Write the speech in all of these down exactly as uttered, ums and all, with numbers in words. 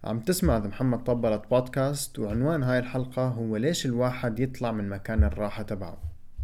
عم تسمع ذا محمد طبلت بودكاست، وعنوان هاي الحلقة هو ليش الواحد يطلع من مكان الراحة تبعه.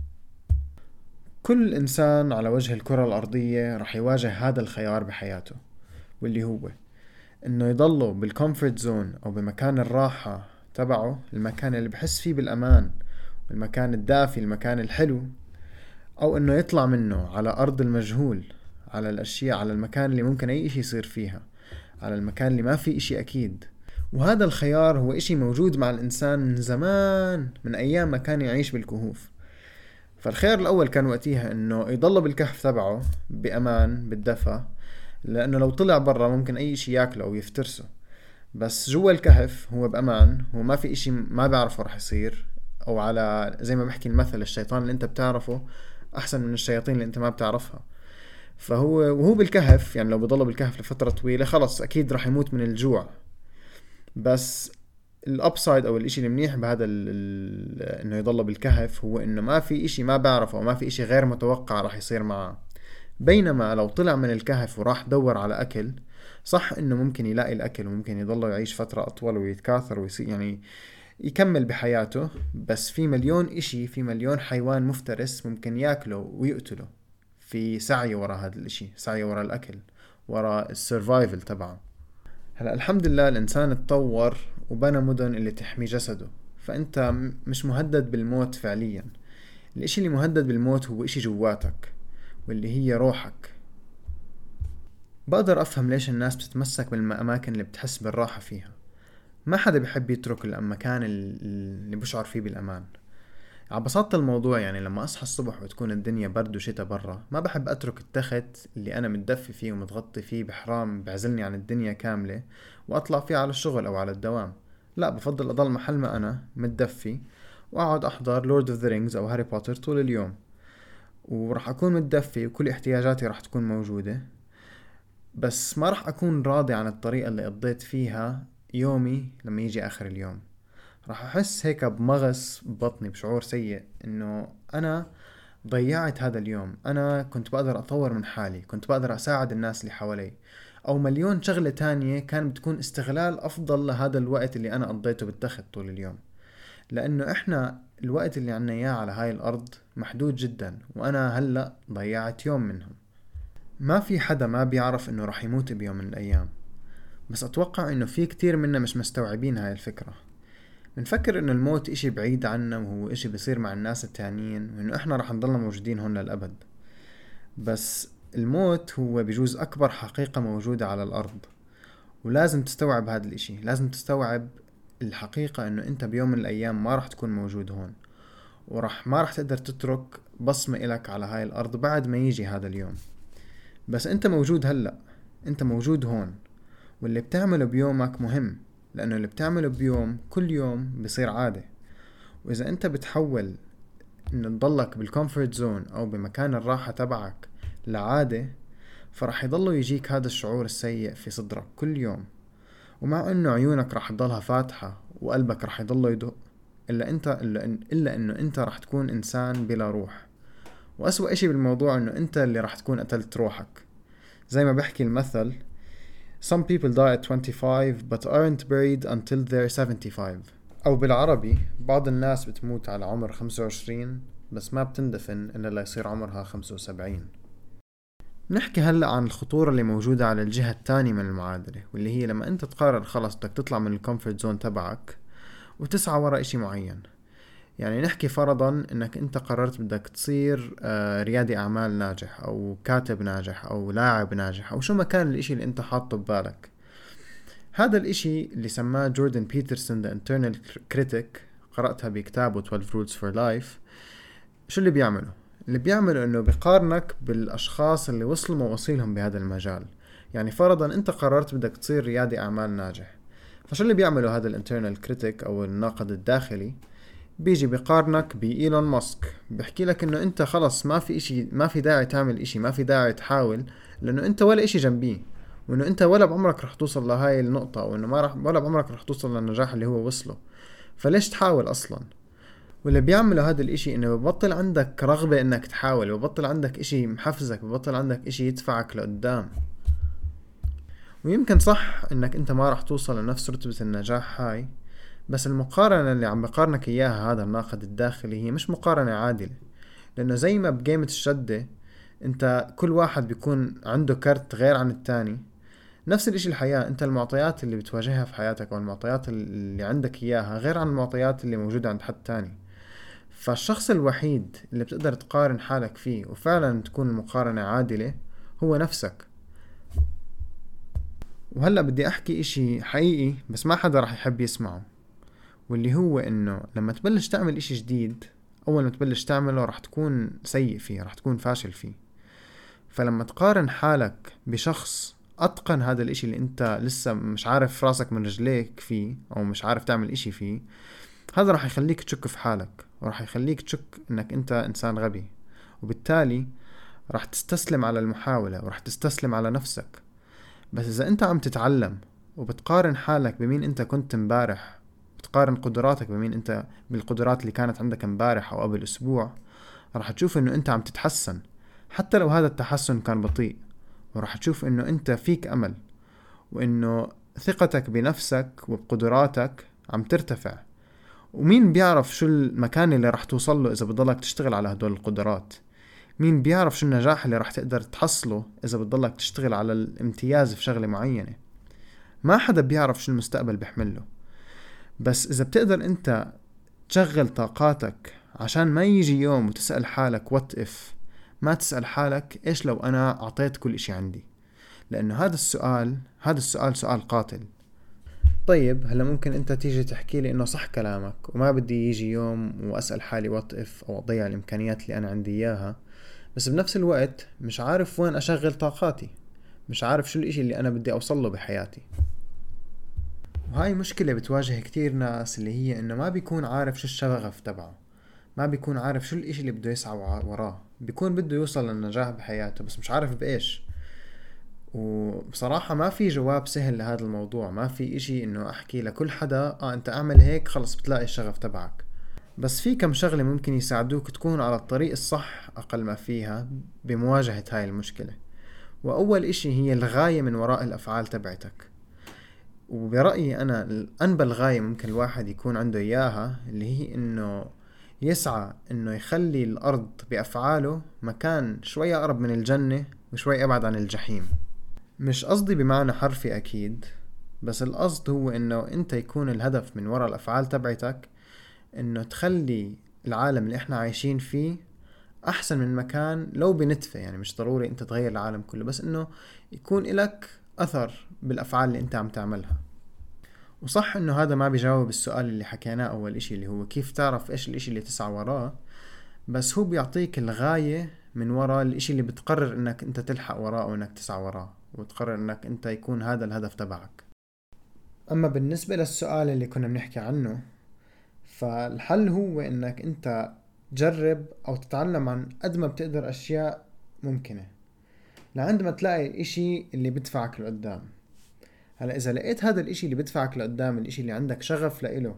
كل إنسان على وجه الكرة الأرضية رح يواجه هذا الخيار بحياته، واللي هو إنه يضله بالكومفورت زون أو بمكان الراحة تبعه، المكان اللي بحس فيه بالأمان، المكان الدافي، المكان الحلو، أو إنه يطلع منه على أرض المجهول، على الأشياء، على المكان اللي ممكن أي إشي يصير فيها، على المكان اللي ما في إشي أكيد. وهذا الخيار هو إشي موجود مع الإنسان من زمان، من أيام ما كان يعيش بالكهوف. فالخيار الأول كان وقتها إنه يضل بالكهف تبعه بأمان بالدفى، لأنه لو طلع برا ممكن أي إشي ياكله أو يفترسه. بس جوا الكهف هو بأمان، هو ما في إشي ما بيعرفه رح يصير، أو على زي ما بحكي المثل، الشيطان اللي أنت بتعرفه أحسن من الشياطين اللي أنت ما بتعرفها. فهو وهو بالكهف، يعني لو بضل بالكهف لفترة طويلة خلص أكيد رح يموت من الجوع. بس الابسايد او الاشي المنيح بهذا ال ال انه يضل بالكهف هو انه ما في اشي ما بعرفه، او ما في اشي غير متوقع راح يصير معه. بينما لو طلع من الكهف وراح دور على اكل، صح انه ممكن يلاقي الاكل وممكن يضل يعيش فترة اطول ويتكاثر ويصير يعني يكمل بحياته، بس في مليون اشي، في مليون حيوان مفترس ممكن ياكله ويقتله في سعي ورا هذا الاشي، سعي ورا الاكل، ورا السرفايفل تبعه. هلا الحمد لله الإنسان اتطور وبنى مدن اللي تحمي جسده، فأنت م- مش مهدد بالموت فعليا. الإشي اللي مهدد بالموت هو إشي جواتك، واللي هي روحك. بقدر أفهم ليش الناس بتتمسك بالأماكن اللي بتحس بالراحة فيها. ما حدا بيحب يترك المكان ال- اللي بشعر فيه بالأمان. على بساطة الموضوع، يعني لما أصحى الصبح وتكون الدنيا برد وشتا برا، ما بحب أترك التخت اللي أنا متدفي فيه ومتغطي فيه بحرام بعزلني عن الدنيا كاملة وأطلع فيه على الشغل أو على الدوام. لا، بفضل أضل محل ما أنا متدفي وأقعد أحضر لورد اوف ذا رينجز أو هاري بوتر طول اليوم، ورح أكون متدفي وكل احتياجاتي رح تكون موجودة. بس ما رح أكون راضي عن الطريقة اللي قضيت فيها يومي. لما يجي آخر اليوم راح أحس هيك بمغص ببطني، بشعور سيء، إنه أنا ضيعت هذا اليوم. أنا كنت بقدر أطور من حالي، كنت بقدر أساعد الناس اللي حوالي، أو مليون شغلة تانية كان بتكون استغلال أفضل لهذا الوقت اللي أنا قضيته بالتخت طول اليوم. لأنه إحنا الوقت اللي عنا إياه على هاي الأرض محدود جدا، وأنا هلأ ضيعت يوم منهم. ما في حدا ما بيعرف إنه رح يموت بيوم من الأيام، بس أتوقع إنه في كتير منا مش مستوعبين هاي الفكرة. بنفكر إنه الموت إشي بعيد عنا، وهو إشي بيصير مع الناس التانيين، وإنه إحنا رح نضلنا موجودين هون للأبد. بس الموت هو بجوز أكبر حقيقة موجودة على الأرض، ولازم تستوعب هذا الإشي. لازم تستوعب الحقيقة إنه أنت بيوم من الأيام ما رح تكون موجود هون، ورح ما رح تقدر تترك بصمة إلك على هاي الأرض بعد ما يجي هذا اليوم. بس أنت موجود هلأ، أنت موجود هون، واللي بتعمله بيومك مهم، لأنه اللي بتعمله بيوم كل يوم بصير عادة. وإذا أنت بتحول إنه تضلك بالكومفورت زون أو بمكان الراحة تبعك لعادة، فرح يضلوا يجيك هذا الشعور السيء في صدرك كل يوم. ومع إنه عيونك رح تضلها فاتحة وقلبك رح يضله يدق، إلا أنت إلا, إن إلا إنه أنت رح تكون إنسان بلا روح. وأسوأ إشي بالموضوع إنه أنت اللي رح تكون قتلت روحك. زي ما بحكي المثل: Some people die at twenty-five but aren't buried until they're seventy-five. أو بالعربي، بعض الناس بتموت على عمر خمسة وعشرين بس ما بتندفن إلا ليصير عمرها خمسة وسبعين. نحكي هلأ عن الخطورة اللي موجودة على الجهة الثانية من المعادلة، واللي هي لما أنت تقرر خلص بدك تطلع من الكومفورت زون تبعك وتسعى ورا إشي معين. يعني نحكي فرضا إنك أنت قررت بدك تصير آه، ريادي أعمال ناجح، أو كاتب ناجح، أو لاعب ناجح، أو شو ما كان الإشي اللي أنت حاطه ببالك. هذا الإشي اللي سماه جوردن بيترسون The Internal Critic، قرأتها بكتابه twelve Rules for Life. شو اللي بيعمله؟ اللي بيعمله إنه بيقارنك بالأشخاص اللي وصلوا مواصيلهم بهذا المجال. يعني فرضا أنت قررت بدك تصير ريادي أعمال ناجح، فشو اللي بيعمله هذا الانترنال كريتيك أو الناقد الداخلي؟ بيجي بيقارنك بإيلون ماسك، بيحكي لك إنه أنت خلص ما في إشي، ما في داعي تعمل إشي، ما في داعي تحاول، لأنه أنت ولا إشي جنبيه، وإنه أنت ولا بعمرك رح توصل لهاي النقطة، وإنه ما رح ولا بعمرك رح توصل للنجاح اللي هو وصله، فليش تحاول أصلا؟ واللي بيعمله هذا الاشي انه ببطل عندك رغبة انك تحاول، ببطل عندك اشي محفزك، ببطل عندك اشي يدفعك لقدام. ويمكن صح انك انت ما راح توصل لنفس رتبة النجاح هاي، بس المقارنة اللي عم بقارنك اياها هذا الناقد الداخلي هي مش مقارنة عادلة. لانه زي ما بقيمة الشدة انت كل واحد بيكون عنده كرت غير عن التاني، نفس الاشي الحياة، انت المعطيات اللي بتواجهها في حياتك او المعطيات اللي عندك اياها غير عن المعطيات اللي موجودة عند حد تاني. فالشخص الوحيد اللي بتقدر تقارن حالك فيه وفعلا تكون المقارنة عادلة هو نفسك. وهلأ بدي احكي اشي حقيقي بس ما حدا رح يحب يسمعه، واللي هو انه لما تبلش تعمل اشي جديد، اول ما تبلش تعمله رح تكون سيء فيه، رح تكون فاشل فيه. فلما تقارن حالك بشخص اتقن هذا الاشي اللي انت لسه مش عارف راسك من رجليك فيه او مش عارف تعمل اشي فيه، هذا رح يخليك تشك في حالك، ورح يخليك تشك انك انت انسان غبي، وبالتالي رح تستسلم على المحاولة ورح تستسلم على نفسك. بس اذا انت عم تتعلم وبتقارن حالك بمين انت كنت مبارح، بتقارن قدراتك بمين انت بالقدرات اللي كانت عندك مبارح او قبل اسبوع، رح تشوف انه انت عم تتحسن حتى لو هذا التحسن كان بطيء، ورح تشوف انه انت فيك امل، وانه ثقتك بنفسك وبقدراتك عم ترتفع. ومين بيعرف شو المكان اللي رح توصل له إذا بتضلك تشتغل على هدول القدرات؟ مين بيعرف شو النجاح اللي رح تقدر تحصله إذا بتضلك تشتغل على الامتياز في شغلة معينة؟ ما حدا بيعرف شو المستقبل بيحمله. بس إذا بتقدر أنت تشغل طاقاتك عشان ما يجي يوم وتسأل حالك what if، ما تسأل حالك إيش لو أنا أعطيت كل إشي عندي، لأنه هذا السؤال هذا السؤال سؤال قاتل. طيب هلا ممكن انت تيجي تحكي لي انه صح كلامك وما بدي يجي يوم واسأل حالي وات اف او اضيع الامكانيات اللي انا عندي اياها، بس بنفس الوقت مش عارف وين اشغل طاقاتي، مش عارف شو الاشي اللي انا بدي اوصل له بحياتي. وهاي مشكلة بتواجه كتير ناس، اللي هي انه ما بيكون عارف شو الشغف تبعه، ما بيكون عارف شو الاشي اللي بده يسعى وراه، بيكون بده يوصل للنجاح بحياته بس مش عارف بايش. وبصراحة ما في جواب سهل لهذا الموضوع، ما في اشي انه احكي لكل حدا اه انت اعمل هيك خلص بتلاقي الشغف تبعك. بس في كم شغلة ممكن يساعدوك تكون على الطريق الصح اقل ما فيها بمواجهة هاي المشكلة. واول اشي هي الغاية من وراء الافعال تبعتك. وبرأيي انا انبى الغاية ممكن الواحد يكون عنده اياها اللي هي انه يسعى انه يخلي الارض بافعاله مكان شوية اقرب من الجنة وشوي ابعد عن الجحيم. مش قصدي بمعنى حرفي أكيد، بس القصد هو إنه أنت يكون الهدف من وراء الأفعال تبعتك إنه تخلي العالم اللي إحنا عايشين فيه أحسن من مكان لو بنتفة. يعني مش ضروري أنت تغير العالم كله، بس إنه يكون إلك أثر بالأفعال اللي أنت عم تعملها. وصح إنه هذا ما بيجاوب السؤال اللي حكيناه أول إشي اللي هو كيف تعرف إيش الإشي اللي تسعى وراه، بس هو بيعطيك الغاية من وراء الإشي اللي بتقرر إنك أنت تلحق وراه أو إنك تسعى وراه، وتقرر إنك أنت يكون هذا الهدف تبعك. أما بالنسبة للسؤال اللي كنا بنحكي عنه، فالحل هو إنك أنت تجرب أو تتعلم عن قد ما بتقدر أشياء ممكنة لعند ما تلاقي الإشي اللي بدفعك لقدام. هلا إذا لقيت هذا الإشي اللي بدفعك لقدام، الإشي اللي عندك شغف لإله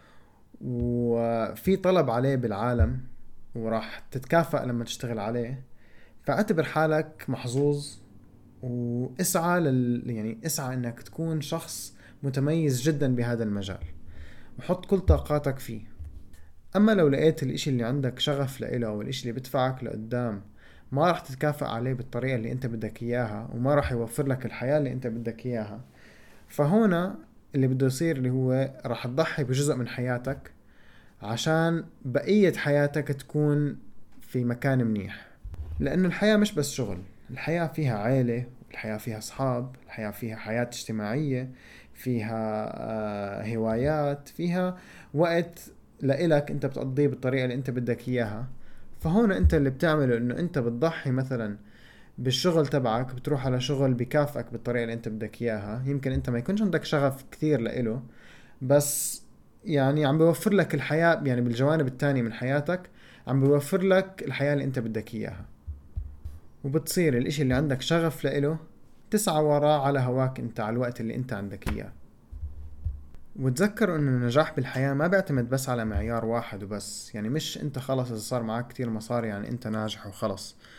وفي طلب عليه بالعالم وراح تتكافأ لما تشتغل عليه، فاعتبر حالك محظوظ واسعى لل... يعني اسعى انك تكون شخص متميز جدا بهذا المجال وحط كل طاقاتك فيه. اما لو لقيت الاشي اللي عندك شغف لإله او الاشي اللي بدفعك لقدام ما راح تتكافئ عليه بالطريقة اللي انت بدك اياها وما راح يوفر لك الحياة اللي انت بدك اياها، فهنا اللي بده يصير اللي هو راح تضحي بجزء من حياتك عشان بقية حياتك تكون في مكان منيح. لأنه الحياة مش بس شغل، الحياة فيها عائلة، الحياة فيها أصحاب، الحياة فيها حياة اجتماعية، فيها آه هوايات، فيها وقت لإلك أنت بتقضيه بالطريقة اللي أنت بدك إياها. فهون أنت اللي بتعمله أنه أنت بتضحي مثلا بالشغل تبعك، بتروح على شغل بكافئك بالطريقة اللي أنت بدك إياها. يمكن أنت ما يكونش عندك شغف كثير لإله، بس يعني عم بيوفر لك الحياة، يعني بالجوانب التانية من حياتك عم بيوفر لك الحياة اللي أنت بدك إياها. وبتصير الاشي اللي عندك شغف لإله تسعى وراه على هواك انت على الوقت اللي انت عندك اياه. وتذكر انه النجاح بالحياة ما بيعتمد بس على معيار واحد وبس. يعني مش انت خلص اذا صار معك كتير مصاري يعني انت ناجح وخلص،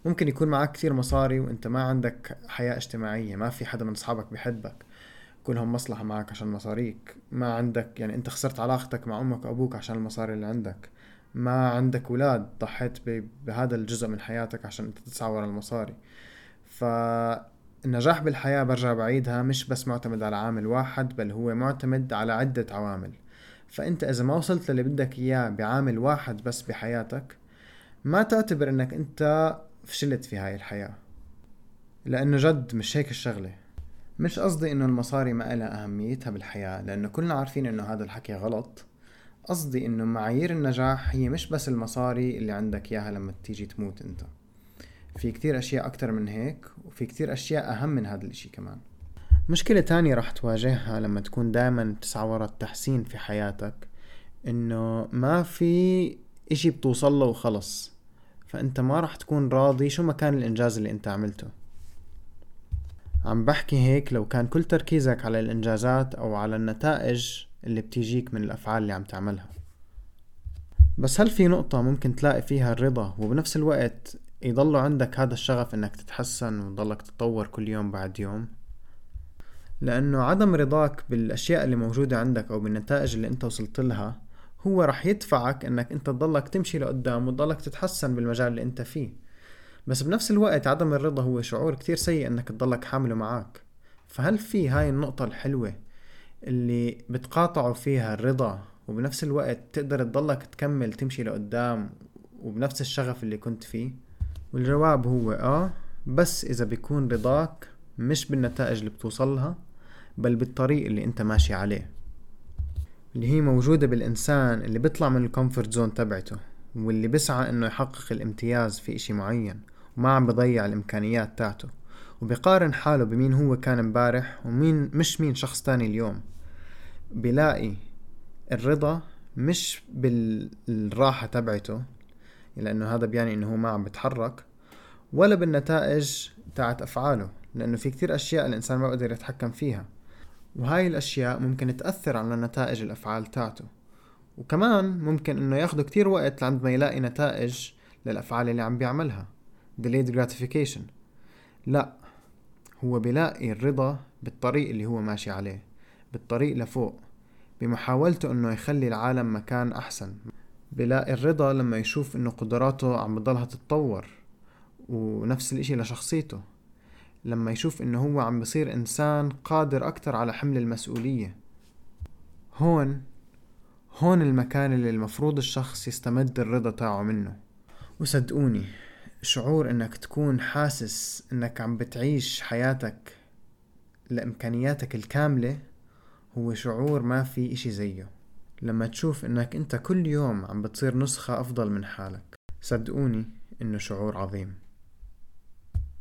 ممكن يكون معك كتير مصاري وانت ما عندك حياة اجتماعية، ما في حدا من اصحابك بيحبك، كلهم مصلحة معك عشان مصاريك. ما عندك يعني انت خسرت علاقتك مع امك وابوك عشان المصاري اللي عندك. ما عندك ولاد، ضحيت ب- بهذا الجزء من حياتك عشان انت تسعى ورا المصاري. فالنجاح بالحياة برجع بعيدها مش بس معتمد على عامل واحد، بل هو معتمد على عدة عوامل. فانت اذا ما وصلت للي بدك اياه بعامل واحد بس بحياتك، ما تعتبر انك انت فشلت في هاي الحياة، لانه جد مش هيك الشغلة. مش قصدي انه المصاري ما إلها اهميتها بالحياة، لانه كلنا عارفين انه هذا الحكي غلط. قصدي انه معايير النجاح هي مش بس المصاري اللي عندك اياها لما تيجي تموت انت. في كتير اشياء اكتر من هيك، وفي كتير اشياء اهم من هذا الاشي كمان. مشكلة تانية رح تواجهها لما تكون دائما تسعى ورا التحسين في حياتك، انه ما في اشي بتوصل له وخلص. فانت ما رح تكون راضي شو ما كان الانجاز اللي انت عملته. عم بحكي هيك لو كان كل تركيزك على الانجازات او على النتائج اللي بتيجيك من الافعال اللي عم تعملها. بس هل في نقطة ممكن تلاقي فيها الرضا وبنفس الوقت يضلوا عندك هذا الشغف انك تتحسن وتضلك تتطور كل يوم بعد يوم؟ لأنه عدم رضاك بالأشياء اللي موجودة عندك أو بالنتائج اللي أنت وصلت لها هو رح يدفعك أنك أنت تضلك تمشي لقدام وتضلك تتحسن بالمجال اللي أنت فيه. بس بنفس الوقت عدم الرضا هو شعور كتير سيء أنك تضلك حامله معاك. فهل في هاي النقطة الحلوة اللي بتقاطعوا فيها الرضا وبنفس الوقت تقدر تضلك تكمل تمشي لقدام وبنفس الشغف اللي كنت فيه؟ والجواب هو آه، بس إذا بيكون رضاك مش بالنتائج اللي بتوصلها، بل بالطريق اللي انت ماشي عليه، اللي هي موجودة بالإنسان اللي بيطلع من الكومفورت زون تبعته، واللي بيسعى انه يحقق الامتياز في اشي معين، وما عم بضيع الامكانيات تاعته، وبيقارن حاله بمين هو كان امبارح ومين مش مين شخص تاني اليوم. بيلاقي الرضا مش بالراحة تبعته، لأنه هذا بيعني انه هو ما عم بتحرك، ولا بالنتائج تاعت أفعاله، لأنه في كتير أشياء الإنسان ما بقدر يتحكم فيها، وهاي الأشياء ممكن تأثر على نتائج الأفعال تاعته. وكمان ممكن إنه ياخده كتير وقت لعند ما يلاقي نتائج للأفعال اللي عم بيعملها delayed gratification. لا، هو بيلاقي الرضا بالطريق اللي هو ماشي عليه، بالطريق لفوق، بمحاولته إنه يخلي العالم مكان أحسن. بيلاقي الرضا لما يشوف إنه قدراته عم بضلها تتطور، ونفس الإشي لشخصيته لما يشوف إنه هو عم بصير إنسان قادر أكتر على حمل المسؤولية. هون هون المكان اللي المفروض الشخص يستمد الرضا تاعه منه. وصدقوني، شعور إنك تكون حاسس إنك عم بتعيش حياتك لإمكانياتك الكاملة هو شعور ما في إشي زيه. لما تشوف إنك أنت كل يوم عم بتصير نسخة أفضل من حالك، صدقوني إنه شعور عظيم.